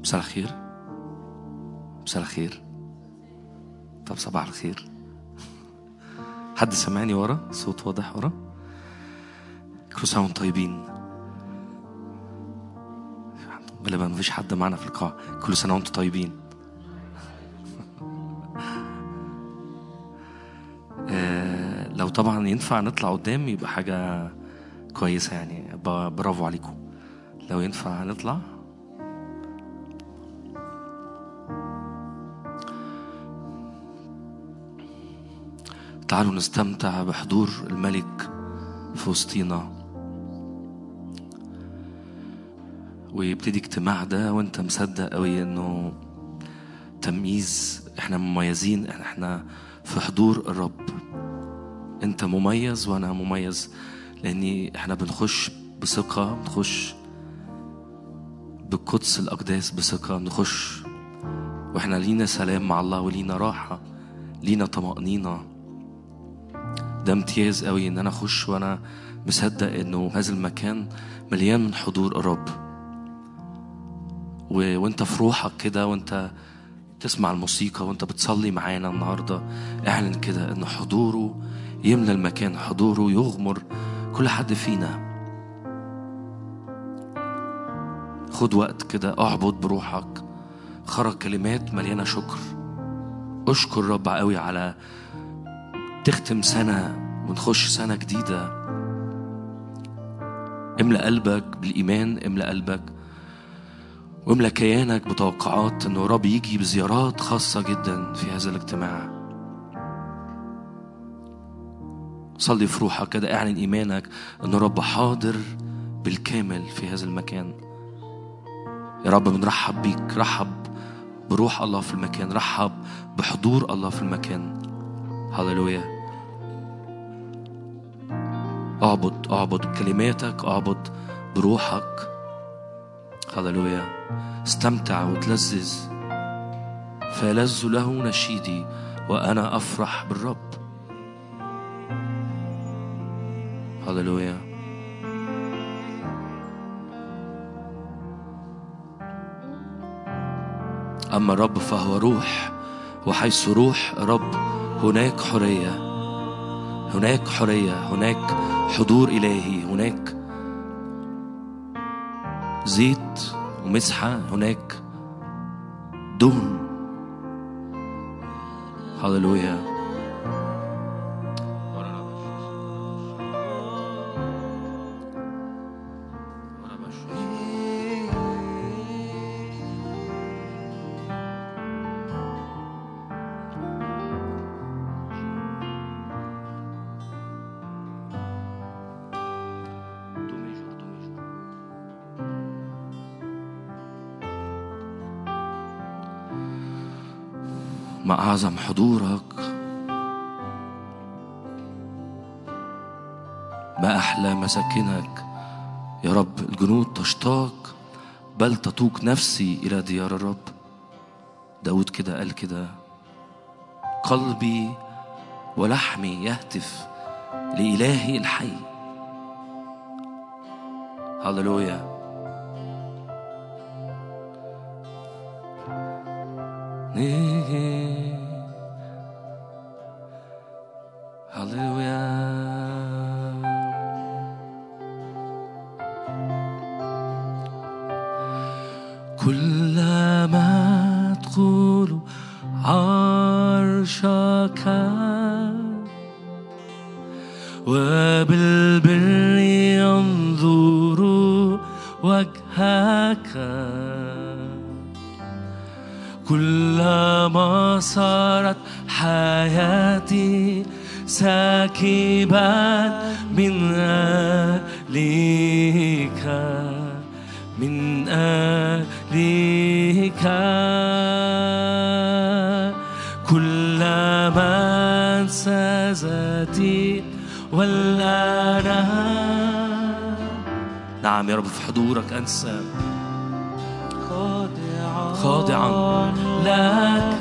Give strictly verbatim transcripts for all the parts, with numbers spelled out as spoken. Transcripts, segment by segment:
مساء الخير. مساء الخير. طب صباح الخير. حد سمعني ورا؟ صوت واضح ورا؟ كل سنة وانتم طيبين. غالبا مفيش حد معنا في القاعة. كل سنة وانتم طيبين. آه لو طبعا ينفع نطلع قدام يبقى حاجة كويسة، يعني برافو عليكم. لو ينفع نطلع. تعالوا نستمتع بحضور الملك في وسطينا، ويبتدي اجتماع ده وانت مصدق قوي انه تمييز. احنا مميزين، احنا في حضور الرب. انت مميز وانا مميز، لاني احنا بنخش بثقة، بنخش بالقدس الأقداس بثقة، بنخش واحنا لينا سلام مع الله ولينا راحة، لينا طمأنينة. ده امتياز قوي ان انا اخش وانا مصدق انه هذا المكان مليان من حضور الرب. و... وانت في روحك كده، وانت تسمع الموسيقى وانت بتصلي معانا النهارده، اعلن كده ان حضوره يملى المكان، حضوره يغمر كل حد فينا. خد وقت كده، اعبد بروحك. خرج كلمات مليانه شكر. اشكر رب قوي على تختم سنة ونخش سنة جديدة. املأ قلبك بالإيمان، املأ قلبك واملأ كيانك بتوقعات انه رب يجي بزيارات خاصة جدا في هذا الاجتماع. صلي في روحك كده، اعلن إيمانك ان رب حاضر بالكامل في هذا المكان. يا رب بنرحب بيك، رحب بروح الله في المكان، رحب بحضور الله في المكان. هاليلويا. اعبد اعبد بكلماتك، اعبد بروحك. هاليلويا. استمتع وتلذذ. فيلذ له نشيدي وانا افرح بالرب. هاليلويا. اما الرب فهو روح، وحيث روح رب هناك حرية، هناك حرية، هناك حضور إلهي، هناك زيت ومسحة، هناك دهن. هاليلويا. ما أعظم حضورك، ما أحلى مساكنك يا رب. الجنود تشتاق بل تطوق نفسي إلى ديار الرب. داود كده قال كده: قلبي ولحمي يهتف لإلهي الحي. هاليلويا. هاليلويا. كلما أدخل عرشك وبالبر ينظر وجهك، كلما صارت حياتي ساكبا من أجلك، من أجلك، كلما أنسى ذاتي والأنا. نعم يا رب، في حضورك أنسى، خاضعا لك.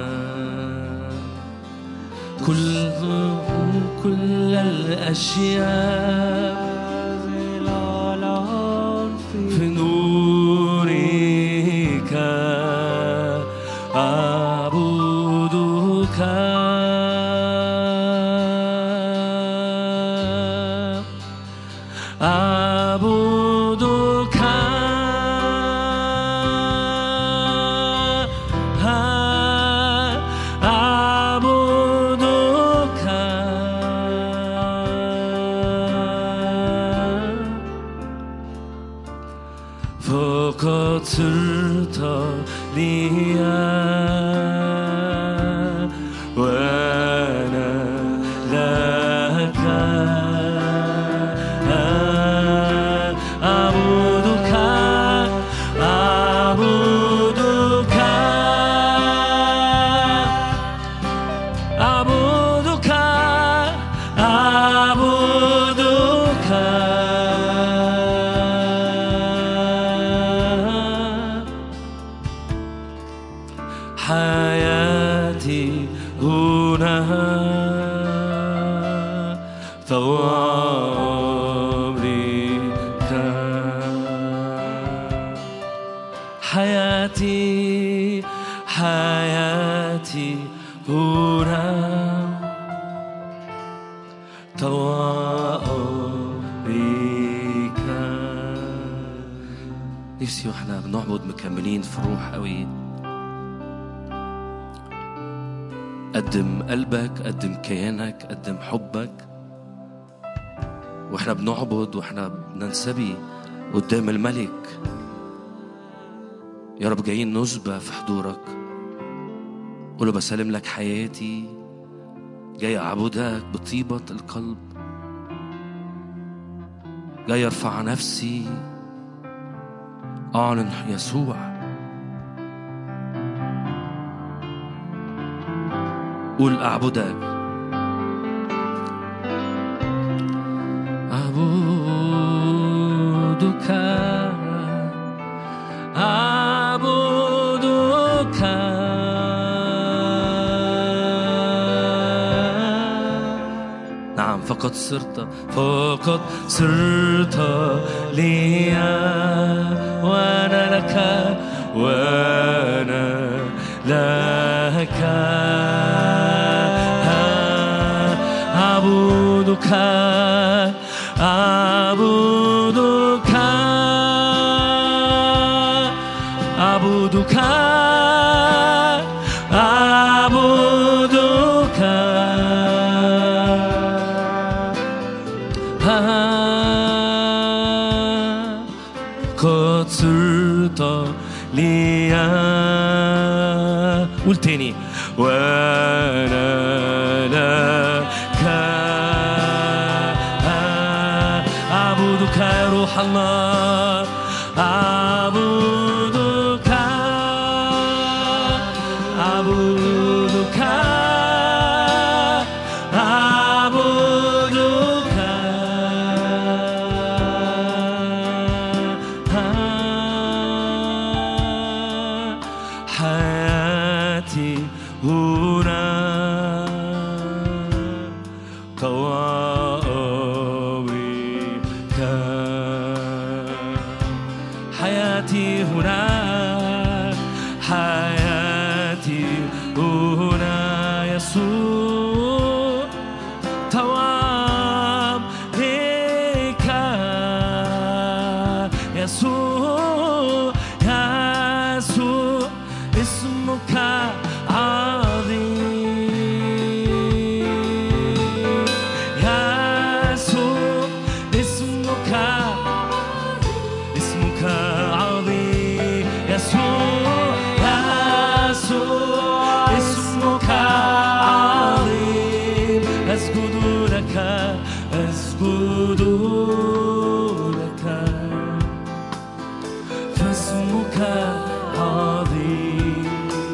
كل كل الأشياء في نورك، أعبدك أعبدك أعبدك فقد صرت لي وأنا لك أعبدك أعبدك أعبدك أعبدك حياتي هنا أمرك حياتي حياتي هنا أمرك. نفسي واحنا بنعبد مكملين في الروح قوي، قدم قلبك، قدم كيانك، قدم حبك، واحنا بنعبد واحنا بننسبي قدام الملك. يا رب جايين نسبة في حضورك، قوله بسلم لك حياتي، جاي أعبدك بطيبة القلب، جاي أرفع نفسي، أعلن يسوع. قول أعبدك أعبدك أعبدك نعم فقد صرت فقد صرت لي وأنا لك وأنا لك أعبدك أعبدك أعبدك أعبدك قد صرت لي. قول تاني وأنا لك أعبدك يا روح الله أعبدك أعبدك أعبدك حياتي هنا طوابك حياتي هنا حياتي هنا يسوع طوابك يسوع يسوع اسمك عظيم يسوع اسمك اسمك عظيم يسوع يسوع اسمك عظيم أسجد لك أسجد لك فاسمك عظيم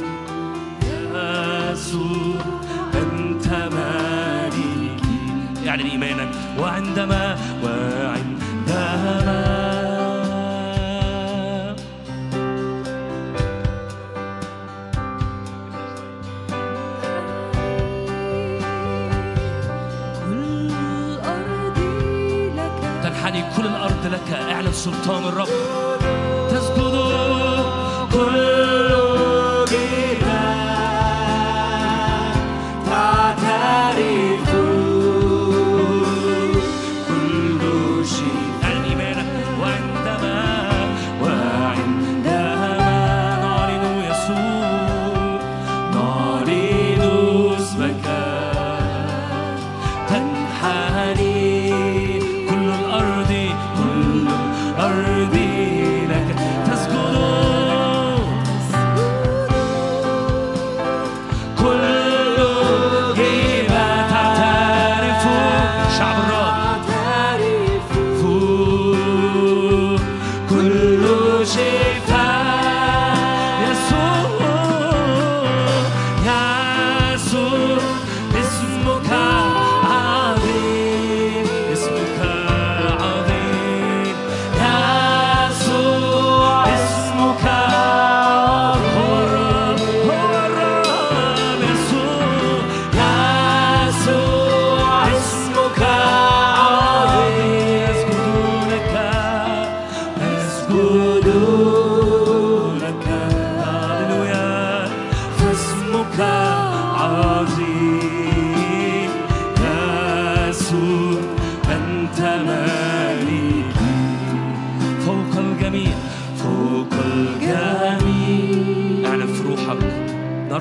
يسوع أنت مالكي. اعلن إيمانك وعندما وعندما كل الأرض لك. اعلن سلطان الرب تسجد كل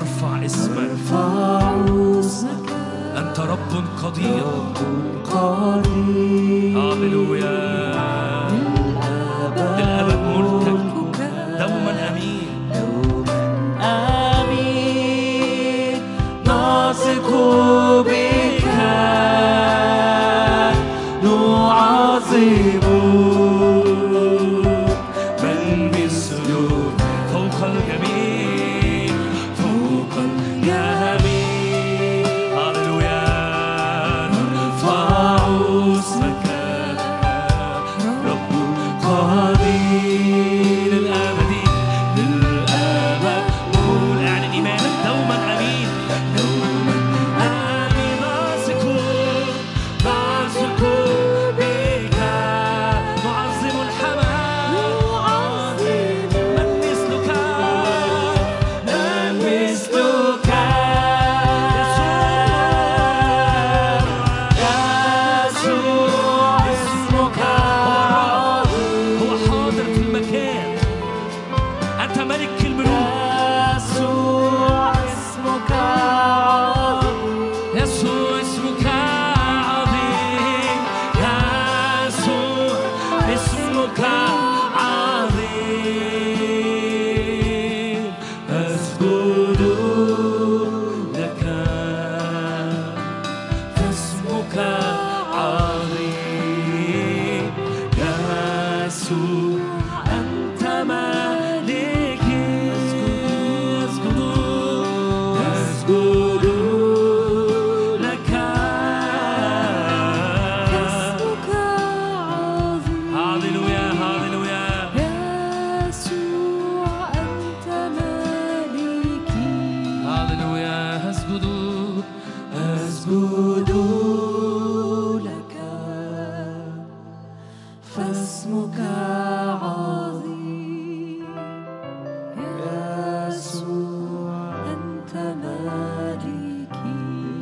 نرفع اسمك، أنت رب قدير. هاليلويا، للأبد ملكك دوما أمين. آمين، نثق بك نعظمك، من مثلك فوق الجميع، فوق الجميع. هاليلويا، نرفع اسمك رب قدير للأبد للأبد. قول اعلن إيمانك دوما أمين، دوما آمين، نثق نثق بك نعظم الحمام، من مثلك من مثلك يسوع اسمك عظيم. هو حاضر في المكان، أنت ملك الملوك. يسوع اسمك عظيم، يسوع اسمك عظيم، يسوع اسمك عظيم. أسجد لك فاسمك عظيم. يسوع أنت مالكي، أسجد أسجد لك فاسمك عظيم. هاليلويا هاليلويا. يسوع أنت مالكي، هاليلويا، اسجد أسجد لك فاسمك عظيم. يسوع أنت مالكي.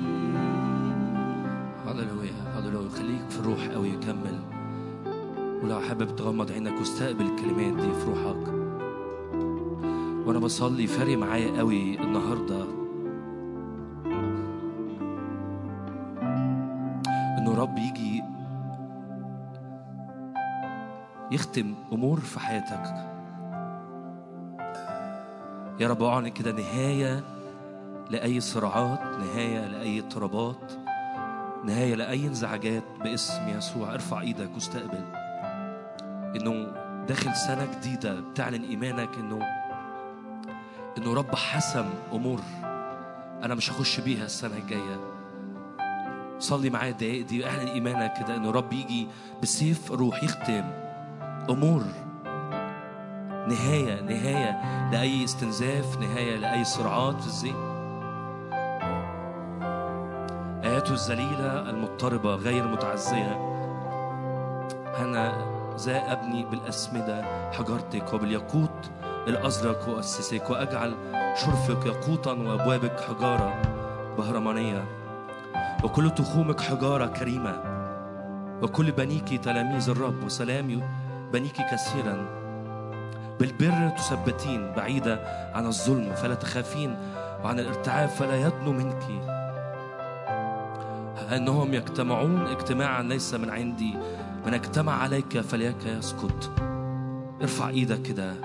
هاليلويا هاليلويا. خليك في الروح قوي، كمل. ولو حابب تغمض عينك واستقبل الكلمات دي في روحك. وانا بصلي فارق معايا قوي النهارده انه رب يجي يختم امور في حياتك. يا رب اعلن كده نهايه لاي صراعات، نهايه لاي اضطرابات، نهايه لاي انزعاجات باسم يسوع. ارفع ايدك واستقبل انه داخل سنه جديده بتعلن ايمانك انه انه رب حسم امور انا مش هخش بيها السنه الجايه. صلي معايا الدقايق دي واعلن ايمانك كده انه رب يجي بسيف روح يختم امور. نهايه نهايه لاي استنزاف، نهايه لاي صراعات في الذهن. اياته الذليله المضطربه غير متعزيه، انا ذا ابني بالاسمده حجرتك وبالياقوت الازرق واسسك، واجعل شرفك ياقوتا وابوابك حجاره بهرمانيه، وكل تخومك حجاره كريمه، وكل بنيك تلاميذ الرب، وسلام بنيك كثيرا. بالبر تثبتين بعيدة عن الظلم فلا تخافين، وعن الارتعاب فلا يدنو منك. أنهم يجتمعون اجتماعا ليس من عندي، من اجتمع عليك فليك يسكت. ارفع ايدك كده.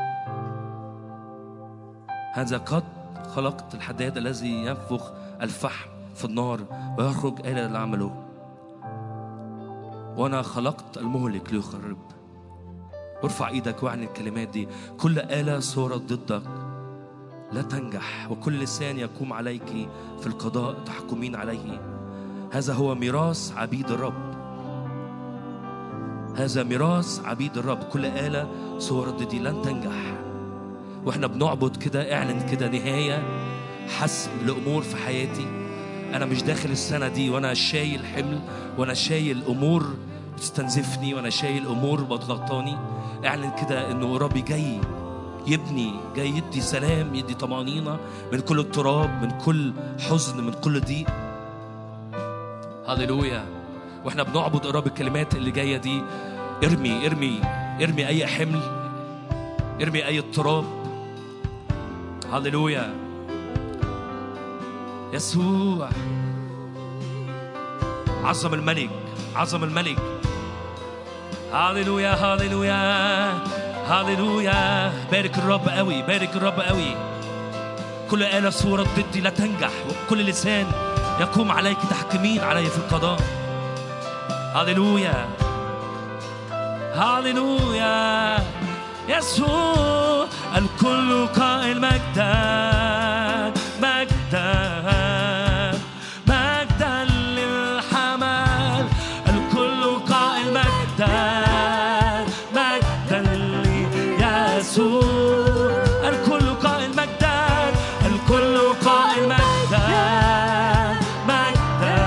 هذا قد خلقت الحداد الذي ينفخ الفحم في النار ويخرج آلة لعمله، وأنا خلقت المهلك ليخرب. ارفع ايدك واعلن الكلمات دي. كل آلة صارت ضدك لا تنجح، وكل لسان يقوم عليك في القضاء تحكمين عليه. هذا هو ميراث عبيد الرب، هذا ميراث عبيد الرب. كل آلة صارت ضدي لن تنجح. واحنا بنعبد كده اعلن كده نهاية حسم لأمور في حياتي. أنا مش داخل السنة دي وأنا شايل حمل، وأنا شايل أمور بتستنزفني، وأنا شايل أمور بتغطاني. اعلن كده إنه ربي جاي يبني، جاي يدي سلام، يدي طمأنينة من كل اضطراب، من كل حزن، من كل ضيق. هاليلويا. واحنا بنعبد الرب الكلمات اللي جاية دي، ارمي ارمي ارمي أي حمل، ارمي أي اضطراب. هاليلويا. يسوع. عظم الملك، عظم الملك. هاليلويا هاليلويا هاليلويا. بارك الرب قوي، بارك الرب قوي. كل آلة صورة ضدي لا تنجح، وكل لسان يقوم عليك تحكمين علي في القضاء. هاليلويا هاليلويا. يسوع الكل قائل مجدا مجدا مجدا للحمل. الكل قائل مجدا مجدا ليسوع. الكل قائل مجدا، الكل قائل مجدا مجدا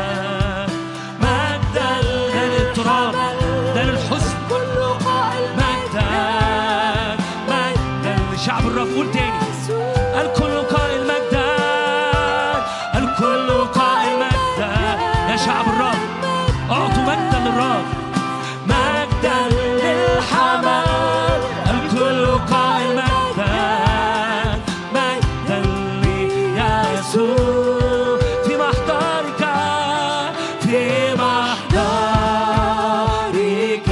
مجدا. ده للتراب، ده للحزن. مجدا مجدا لشعب الرب. قول تاني. الكل قائل مجدا، الكل قائل مجدا يا شعب الرب. اعطوا مجدا للرب، مجدا للحمل. الكل قائل مجدا مجدا ليسوع. في محضرك، في محضرك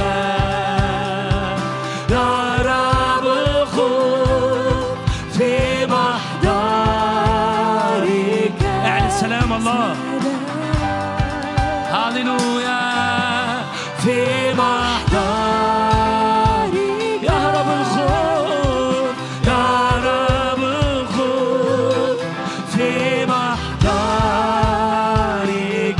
يا رب الخوف. في محضرك اعلن سلام الله. هاليلويا. في محضرك يا رب الخوف، يا رب الخوف. في محضرك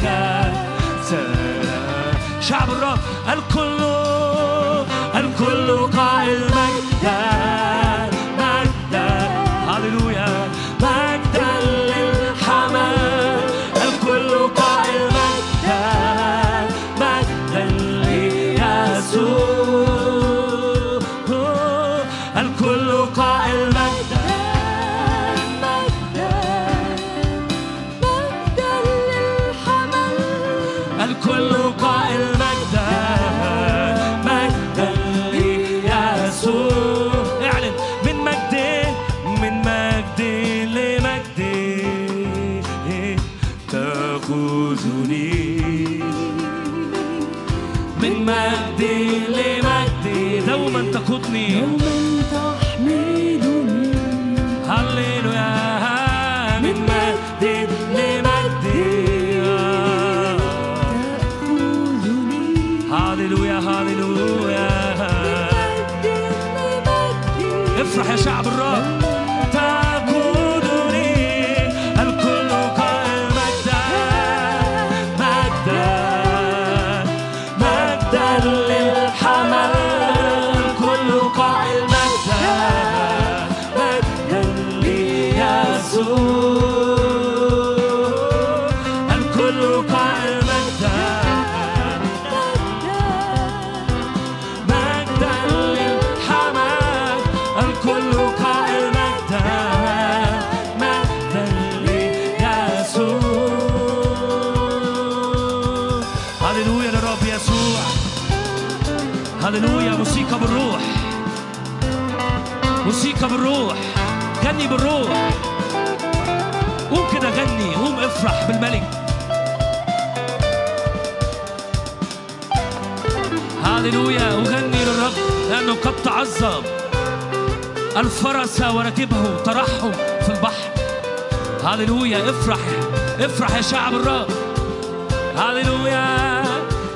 سلام. شعب الرب الكل، الكل قائل مجدا مجدا. هاليلويا. مجدا للحمل. الكل قائل مجدا مجدا ليسوع. الكل قائل مجدا مجدا مجدا للحمل. الكل قائل مجدا مجدا ليسوع. اعلن من مجد، من مجد لمجد تأخذني. من مجد لمجد دوما تقودني، يوما تحملني. هللويا. من مجد لمجد تأخذني. هللويا هللويا. افرح يا شعب الرب. تقودني. الكل قائل مجدا مجدا مجدا للحمل. الكل قائل مجدا مجدا ليسوع. الكل قائل مجدا مجدا للحمل. الكل قائل مجدا مجدا ليسوع. هللويا للرب يسوع. هللويا. موسيقى بالروح، موسيقى بالروح. غني بالروح. قوم كده غني، قوم افرح بالملك. هللويا. وغني للرب لأنه قد تعظم. الفرس وراكبه طرحهم في البحر. هللويا. افرح، افرح يا شعب الرب. هللويا.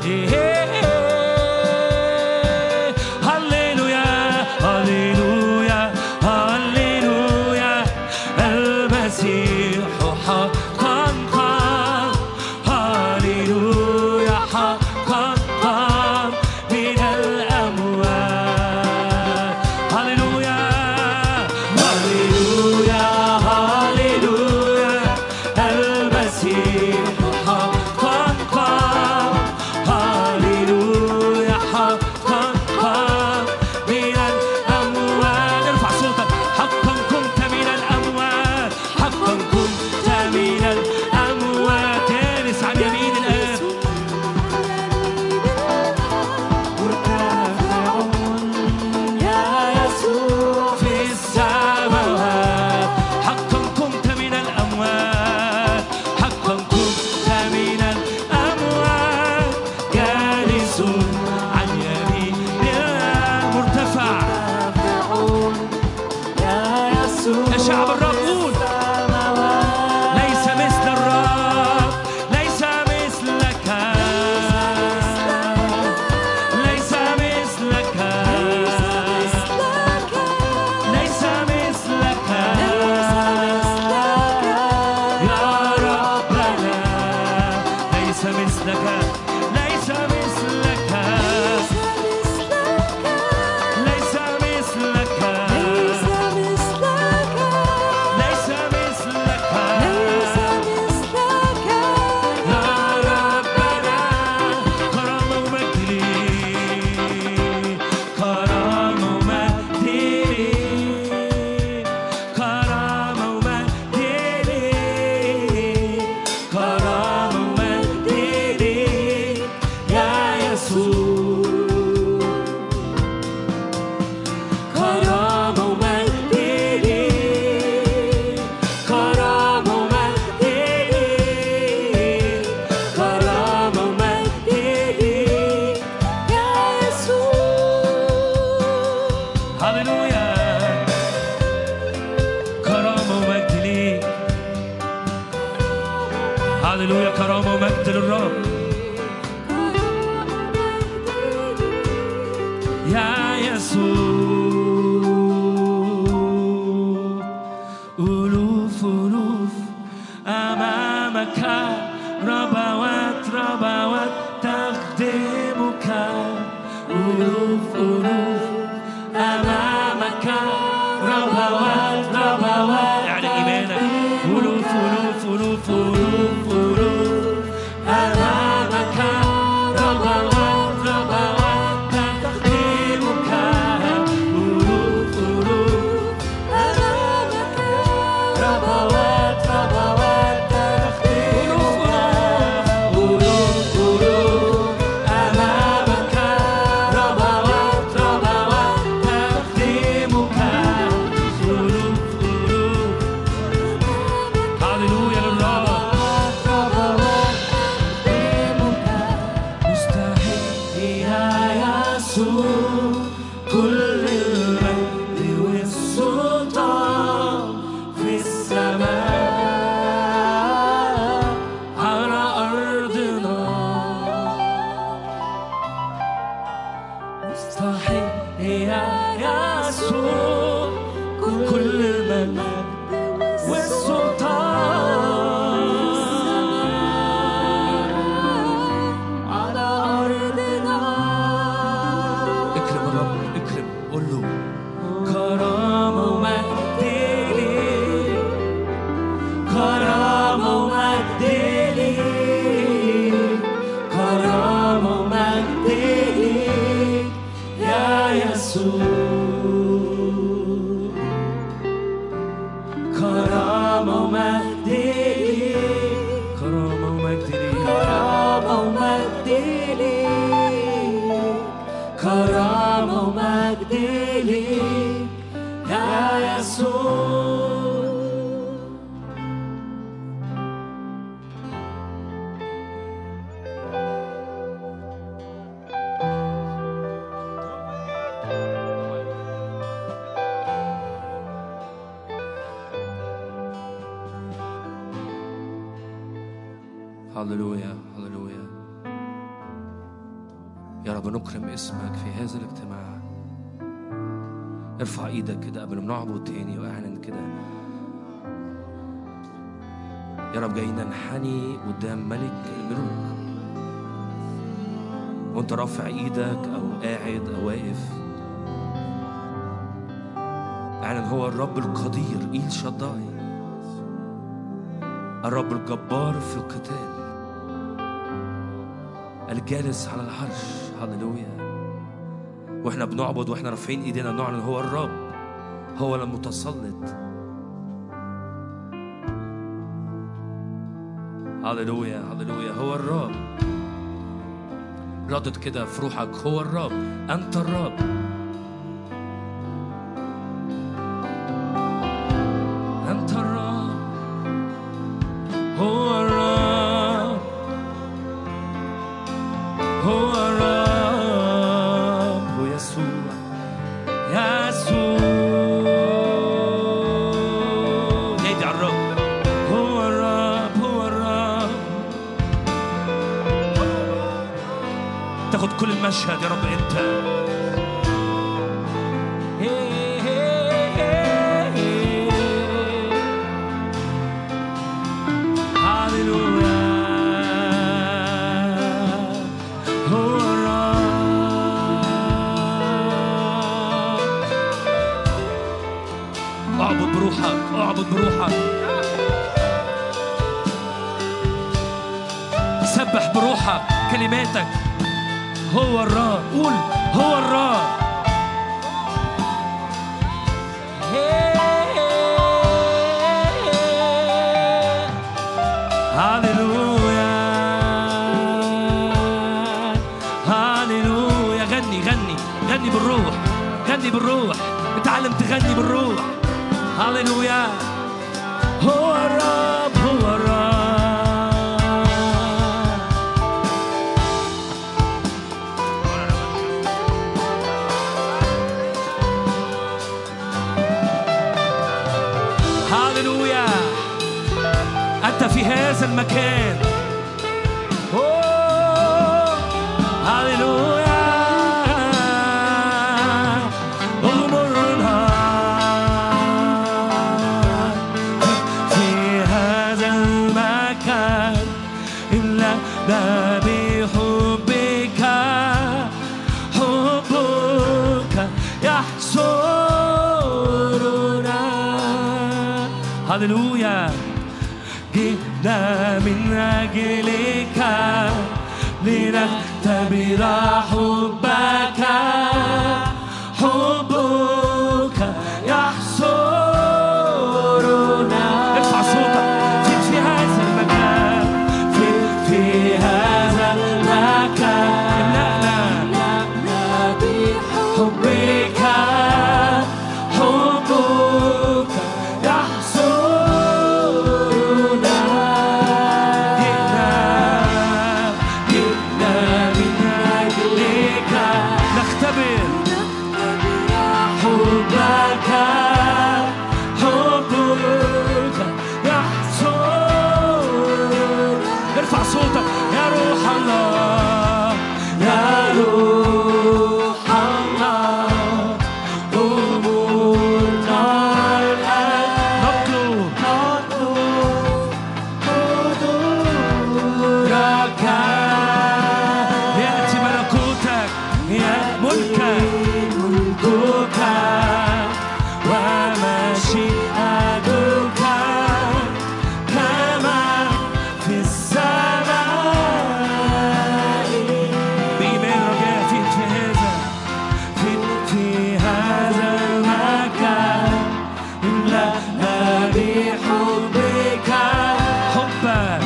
هللويا هللويا هللويا. المسيح حقا قام. هللويا حقا قام من الأموات. هللويا هللويا هللويا. المسيح حقا قام. هللويا شعب الرب قول ليس مثل الرب ليس مثلك ليس مثلك ليس مثلك يا ربنا ليس مثلك ليس مثلك ليس مثلك ليس مثلك يا ربنا كرامة ومجد ليك كرامة ومجد ليك كرامة ومجد ليك كرامة ومجد ليك يا يسوع كرامة ومجد ليك كرامة ومجد ليك كرامة ومجد ليك يا يسوع هللويا كرامة ومجد ليك هللويا كرامة ومجد للرب يا يسوع ألوف ألوف أمامك ربوات ربوات تخدمك ألوف ألوف أمامك ربوات ربوات يعني إيمانك ألوف ألوف ألوف ألوف ألوف أمامك ربوات ربوات تخدمك ألوف ألوف أمامك ربوات ربوات تخدمك ألوف ألوف أمامك ربوات ربوات تخدمك ألوف ألوف هللويا للرب مستحيل يا يسوع كل المجد والسلطان في السماء على أرضنا مستحيل يا يسوع كل المجد والسلطان على أرضنا اكرم الرب اكرم قول له كرامة ومجد ليك كرامة ومجد ليك كرامة ومجد ليك يا يسوع كرامة ومجد ليك كرامة ومجد ليك كرامة ومجد ليك كرامة ومجد ليك يا يسوع هللويا هللويا يا رب نكرم اسمك في هذا الاجتماع. ارفع ايدك كده قبل ما نعبد تاني واعلن كده يا رب جايين ننحني قدام ملك الملوك وانت رافع ايدك او قاعد او واقف. اعلن هو الرب القدير إيل شداي الرب الجبار في القتال الجالس على العرش. هللويا. واحنا بنعبد واحنا رافعين ايدينا نعلن هو الرب هو المتسلط. هللويا هللويا هو الرب. ردد كده في روحك هو الرب انت الرب. انت الرب هو الرب هو الرب هو يسوع يسوع تاخد كل المشهد يا رب أنت. هاليلويا هو الرب. اعبد بروحك، اعبد بروحك، سبح بروحك كلماتك. هو الرب، قول هو الرب. هاليلويا هاليلويا. غني غني غني بالروح، غني بالروح، اتعلم تغني بالروح. هاليلويا هو الرب، هو الرب. هاليلويا أنت في هذا المكان. أوه. هاليلويا أغمرنا في هذا المكان، املأنا بحبك، حبك يحصرنا. هاليلويا جئنا من أجلك لنختبر حبك، حبك يحصرنا. ارفع صوتك في, في هذا المكان، في, في هذا المكان املأنا بحبك، حبك يحصرنا. نختبر حبك، حبك يحصر. ارفع صوتك يا روح الله، يا روح الله أمورنا الآن. نطلب حضورك، يأتي ملكوتك، يا ملكك ملكك ومشيئتك كما في السماء. بإيمان رجاء في في هذا في في هذا المكان، املأنا بحبك، حبك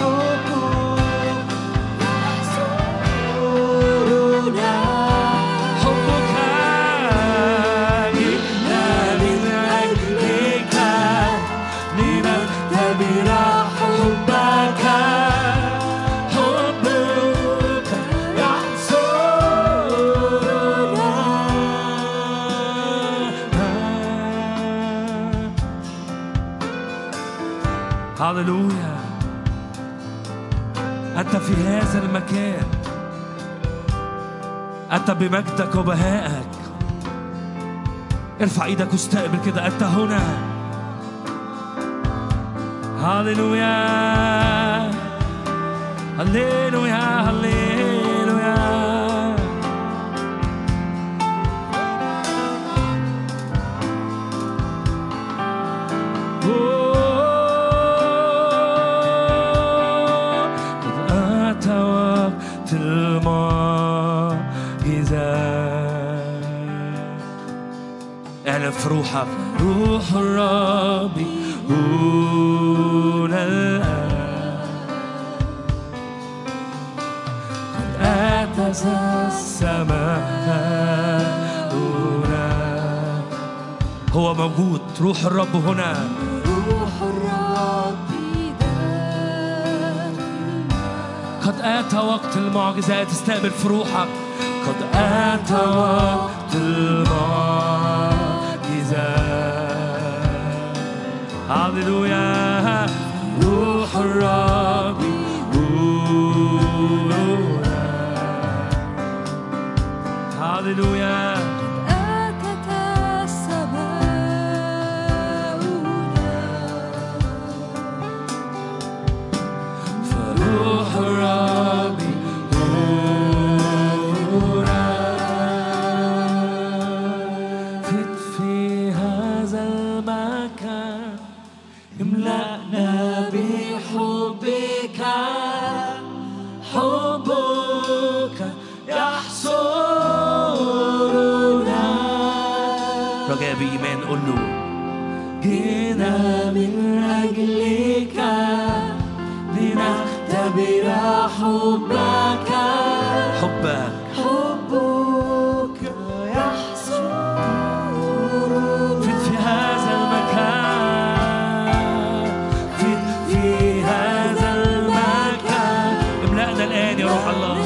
هاليلويا. أنت في هذا المكان، أنت بمجدك وبهائك. ارفع ايدك واستقبل كده، أنت هنا. هاليلويا هاليلويا هاليلويا. اعلن في روحك، روح الرب هنا الآن، قد أتى السماء هنا. هو موجود، روح الرب هنا. روح الرب داخلنا. قد أتى وقت المعجزات. استقبل في روحك، قد أتى وقت المعجزات. هاليلويا روح الرب هنا. هللويا. أتت سماؤنا فروح الرب نورنا فت في هذا المكان املأنا بحبك حبك يحصرنا. رجاء بإيمان قل له جينا من أجلك لنختبر حبك حبك حبك يحصرنا في هذا المكان في هذا المكان املأنا الآن يا روح الله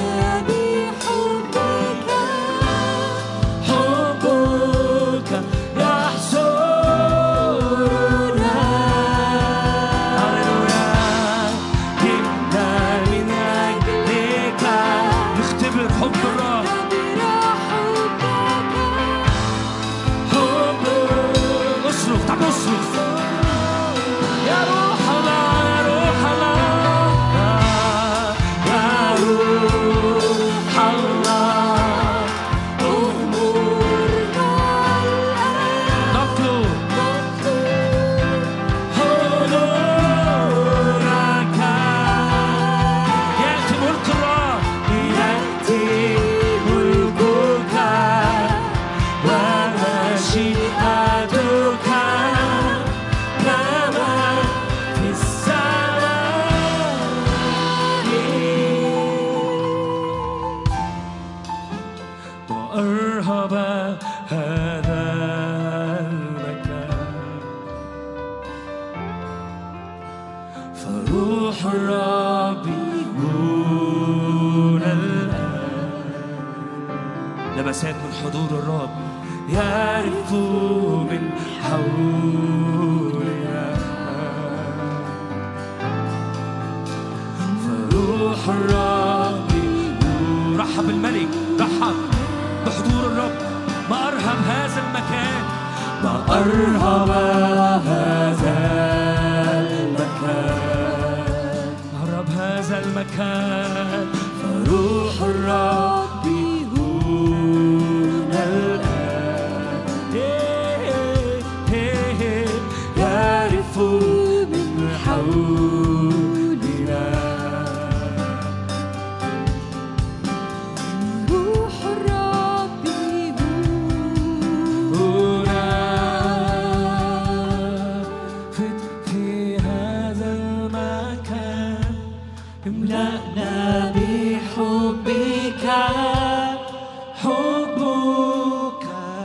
لمسات من حضور الرب يعرف من حولنا فروح الرب رحب الملك رحب بحضور الرب. ما أرهب هذا المكان ما أرهب هذا المكان أرهب هذا المكان فروح الرب من حولنا. روح الرب هنا في هذا المكان املأنا بحبك حبك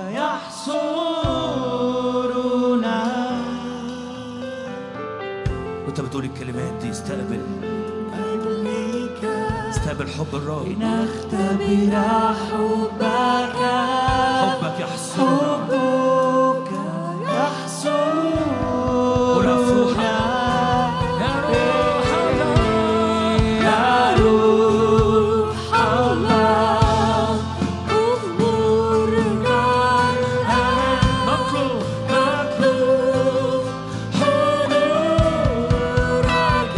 يحصرنا. وانت بتقول الكلمات دي استقبل استقبل حب الرب لنختبر حبك حبك يحصرنا حبك يحصرنا يا روح الله يا روح الله أغمرنا مطلوب مطلوب حضورك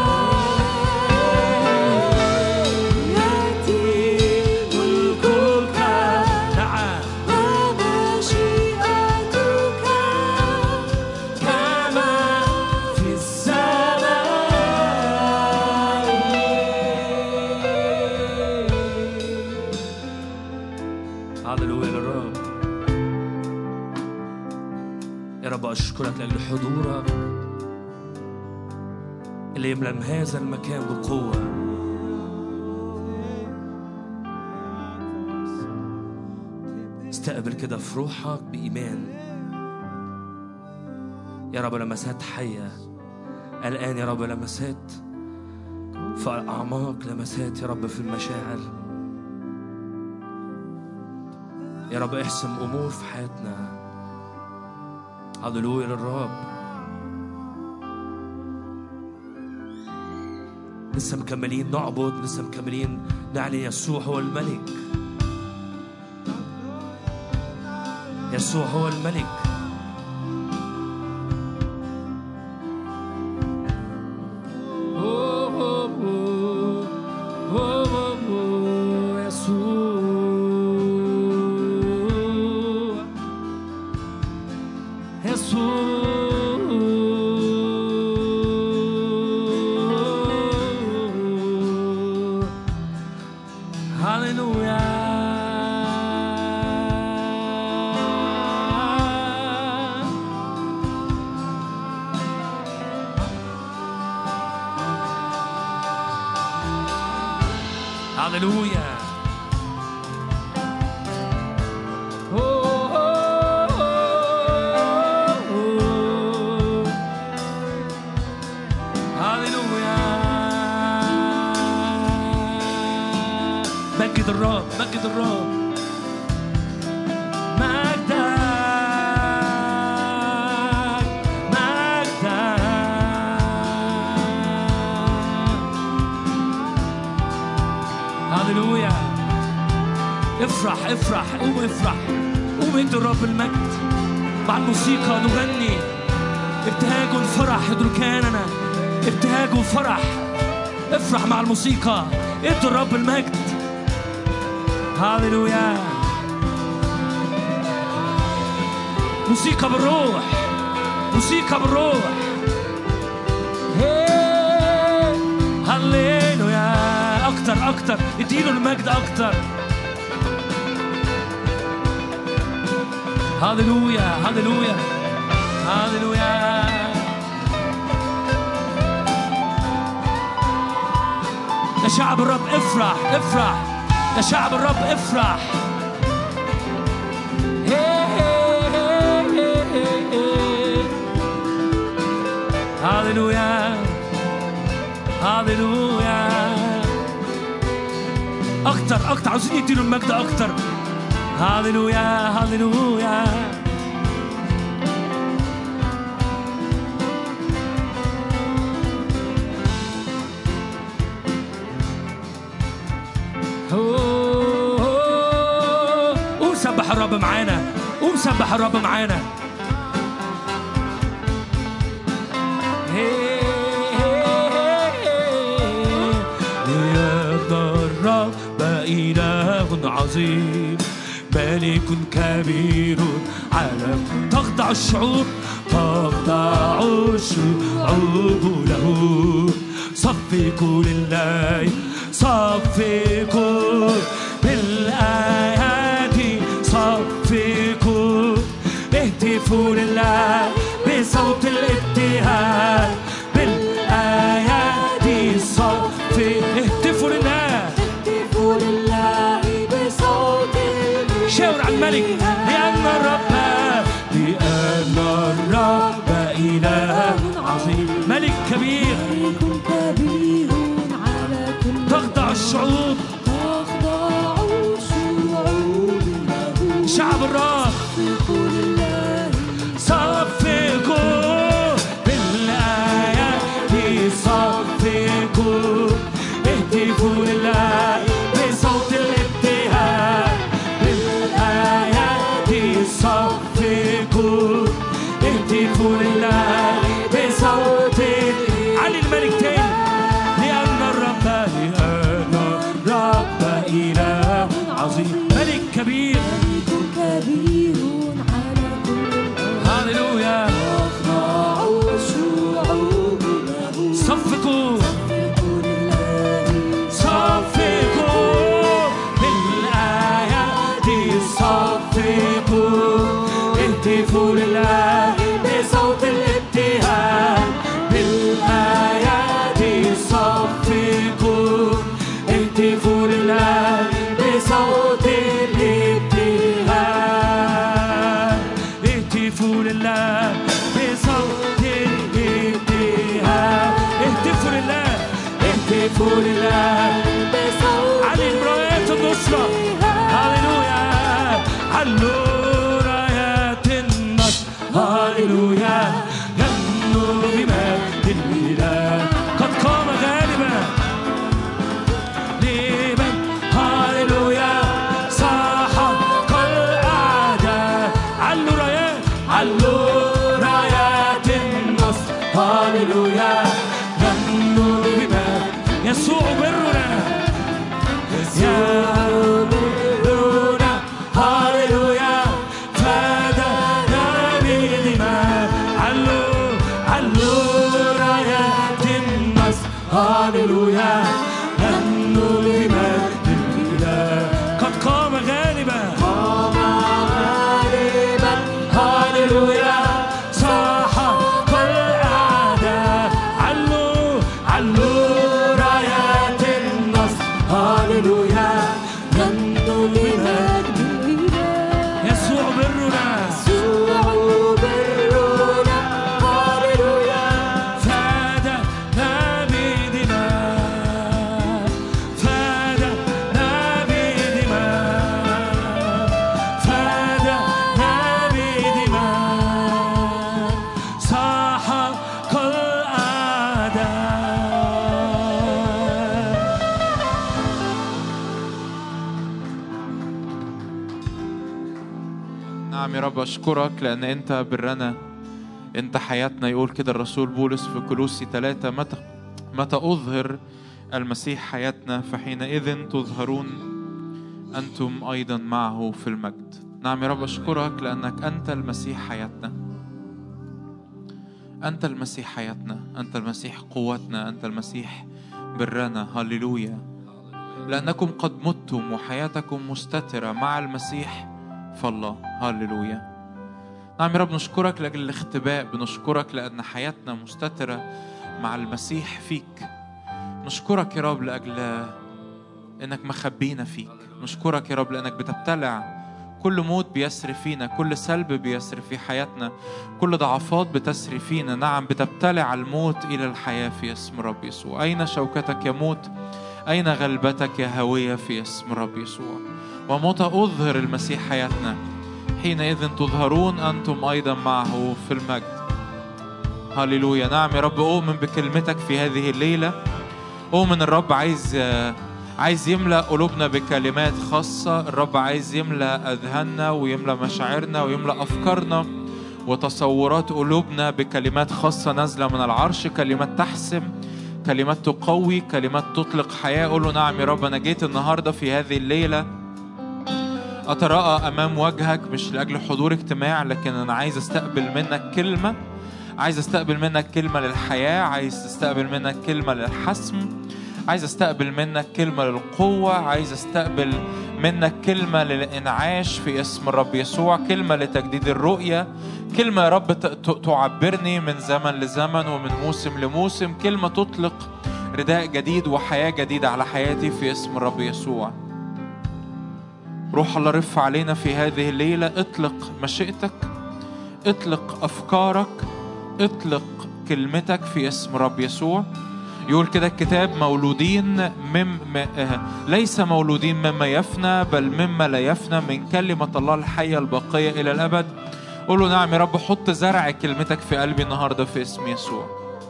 يأتي ملكك تعال ومشيئتك كما في السماء. هللويا للرب. يا رب أشكرك لأجل حضورك اللي يملأ هذا المكان بقوة. استقبل كده في روحك بإيمان يا رب لمسات حية الآن يا رب لمسات في الأعماق لمسات يا رب في المشاعر يا رب احسم أمور في حياتنا. هللويا للرب. لسه مكملين نعبد لسه مكملين نعلن يسوع هو الملك. يسوع هو الملك. موسيقى ادوا الرب المجد. هاليلويا. موسيقى بالروح، موسيقى بالروح. هاليلويا. اكتر اكتر اديله المجد اكتر. هاليلويا هاليلويا هاليلويا. يا شعب الرب افرح افرح، يا شعب الرب افرح. هاليلويا هاليلويا. اكتر اكتر عاوزين يديله المجد اكتر. هاليلويا هاليلويا. قوم سبح الرب معانا، قوم سبح الرب معانا. ليرضى الرب إله عظيم، ملك كبير على. تخضع الشعوب، تخضع الشعوب له. صفقوا لله، صفقوا بالآيات، صفقوا اهتفوا لله بصوت الابتهاج. بالآيات صفقوا اهتفوا لله، اهتفوا لله بصوت الابتهاج. شاور على الملك. لأن الرب لأن الرب إله عظيم، ملك كبير. تخضع الشعوب، تخضع الشعوب له. شعب الرب صفقوا بالآيات، صفقوا اهتفوا لله بصوت الابتهاج. بالآيات صفقوا اهتفوا لله بصوت. علي الملك تاني. لأن الرب لأن الرب إله عظيم، ملك كبير، ملك كبير على كل الأرض. هاليلويا. تخضع الشعوب له. صفقوا صفقوا بالآيات، صفقوا اهتفوا لله بصوت الابتهاج. بالآيات صفقوا اهتفوا لله بصوت الابتهاج. اهتفوا لله بصوت الابتهاج. اهتفوا لله، اهتفوا لله بصوت. علي برايات النصرة. هاليلويا. علوا رايات النصر. هاليلويا. غنوا بمجد الإله، قد قام غالبا. لمن هاليلويا سحق الأعداء. هاليلويا غنوا بمجد يسوع برنا يسوع برنا هاليلويا فدانا بدماء علوا علوا رايات النصر هاليلويا غنوا بمجد الإله قد قام غالبا قام غالبا هاليلويا صاح كل أعداء علوا علوا رايات النصر هاليلويا غنوا بمجد الإله يسوع برنا يسوع برنا هاليلويا فدانا بدماء فدانا بدماء فدانا بدماء صاح كل أعداء. نعم يا رب أشكرك لأن أنت برنا، أنت حياتنا. يقول كده الرسول بولس في كولوسي ثلاثة متى متى أظهر المسيح حياتنا فحينئذ تظهرون أنتم أيضا معه في المجد. نعم يا رب أشكرك لأنك أنت المسيح حياتنا، أنت المسيح حياتنا، أنت المسيح قوتنا، أنت المسيح برنا. هاليلويا لأنكم قد متم وحياتكم مستترة مع المسيح فالله. هاليلويا. نعم يا رب نشكرك لأجل الاختباء، بنشكرك لأن حياتنا مستترة مع المسيح فيك. نشكرك يا رب لأجل إنك مخبينا فيك. نشكرك يا رب لأنك بتبتلع كل موت بيسري فينا، كل سلب بيسري في حياتنا، كل ضعفات بتسري فينا. نعم بتبتلع الموت إلى الحياة في اسم رب يسوع. أين شوكتك يا موت؟ أين غلبتك يا هوية في اسم رب يسوع؟ ومتى أظهر المسيح حياتنا حينئذ تظهرون أنتم أيضا معه في المجد. هاليلويا. نعم يا رب أؤمن بكلمتك في هذه الليلة. أؤمن الرب عايز عايز يملأ قلوبنا بكلمات خاصة. الرب عايز يملأ أذهاننا ويملأ مشاعرنا ويملأ أفكارنا وتصورات قلوبنا بكلمات خاصة نازلة من العرش، كلمات تحسم، كلمات تقوي، كلمات تطلق حياة. قول له نعم يا رب أنا جيت النهاردة في هذه الليلة أتراءى أمام وجهك مش لأجل حضور اجتماع، لكن أنا عايز أستقبل منك كلمة، عايز أستقبل منك كلمة للحياة، عايز أستقبل منك كلمة للحسم، عايز أستقبل منك كلمة للقوة، عايز أستقبل منك كلمة للإنعاش في اسم الرب يسوع، كلمة لتجديد الرؤية، كلمة يا رب تعبرني من زمن لزمن ومن موسم لموسم، كلمة تطلق رداء جديد وحياة جديدة على حياتي في اسم الرب يسوع. روح الله رف علينا في هذه الليلة. اطلق مشيئتك، اطلق أفكارك، اطلق كلمتك في اسم رب يسوع. يقول كده الكتاب مولودين مم ليس مولودين مما يفنى بل مما لا يفنى من كلمة الله الحية الباقية إلى الأبد. قول له نعم يا رب حط زرع كلمتك في قلبي النهاردة في اسم يسوع.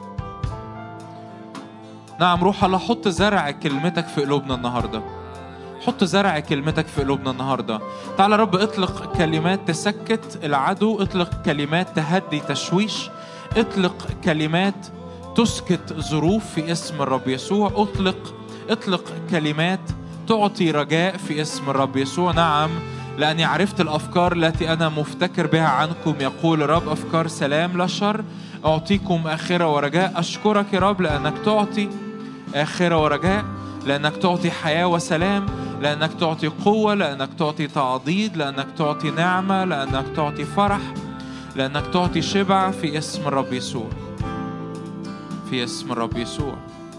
نعم روح الله حط زرع كلمتك في قلوبنا النهاردة، حط زرع كلمتك في قلوبنا النهاردة. تعال رب اطلق كلمات تسكت العدو، اطلق كلمات تهدي تشويش، اطلق كلمات تسكت ظروف في اسم الرب يسوع، اطلق اطلق كلمات تعطي رجاء في اسم الرب يسوع. نعم لأني عرفت الأفكار التي أنا مفتكر بها عنكم يقول رب، أفكار سلام لا شر أعطيكم آخرة ورجاء. أشكرك يا رب لأنك تعطي آخرة ورجاء، لأنك تعطي حياة وسلام، لأنك تعطي قوة، لأنك تعطي تعضيد، لأنك تعطي نعمة، لأنك تعطي فرح، لأنك تعطي شبع في اسم الرب يسوع، في اسم الرب يسوع.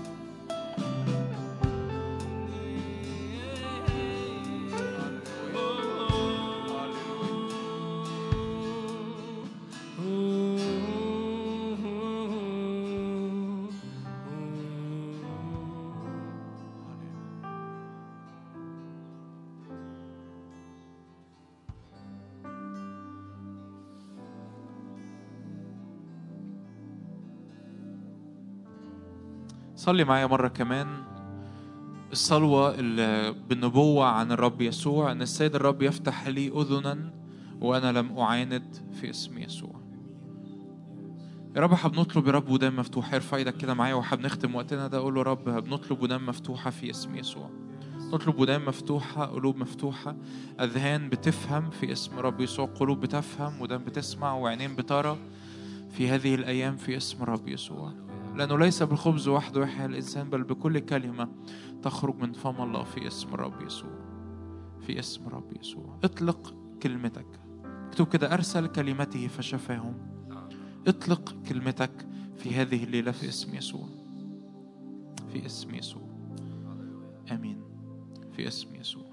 صلي معايا مرة كمان الصلوة اللي بالنبوة عن الرب يسوع، أن السيد الرب يفتح لي أذنا وأنا لم أعاند في اسم يسوع. يا رب احنا بنطلب يا رب ودان مفتوحة. ارفع ايدك كده معايا واحنا بنختم وقتنا ده، قول له رب بنطلب ودان مفتوحة في اسم يسوع. نطلب ودان مفتوحة، قلوب مفتوحة، أذهان بتفهم في اسم رب يسوع، قلوب بتفهم ودان بتسمع وعينين بترى في هذه الأيام في اسم رب يسوع. لأنه ليس بالخبز وحده يحيا الإنسان بل بكل كلمة تخرج من فم الله في اسم رب يسوع. في اسم رب يسوع اطلق كلمتك. اكتب كده أرسل كلمته فشفاهم. اطلق كلمتك في هذه الليلة في اسم يسوع. في اسم يسوع. آمين. في اسم يسوع.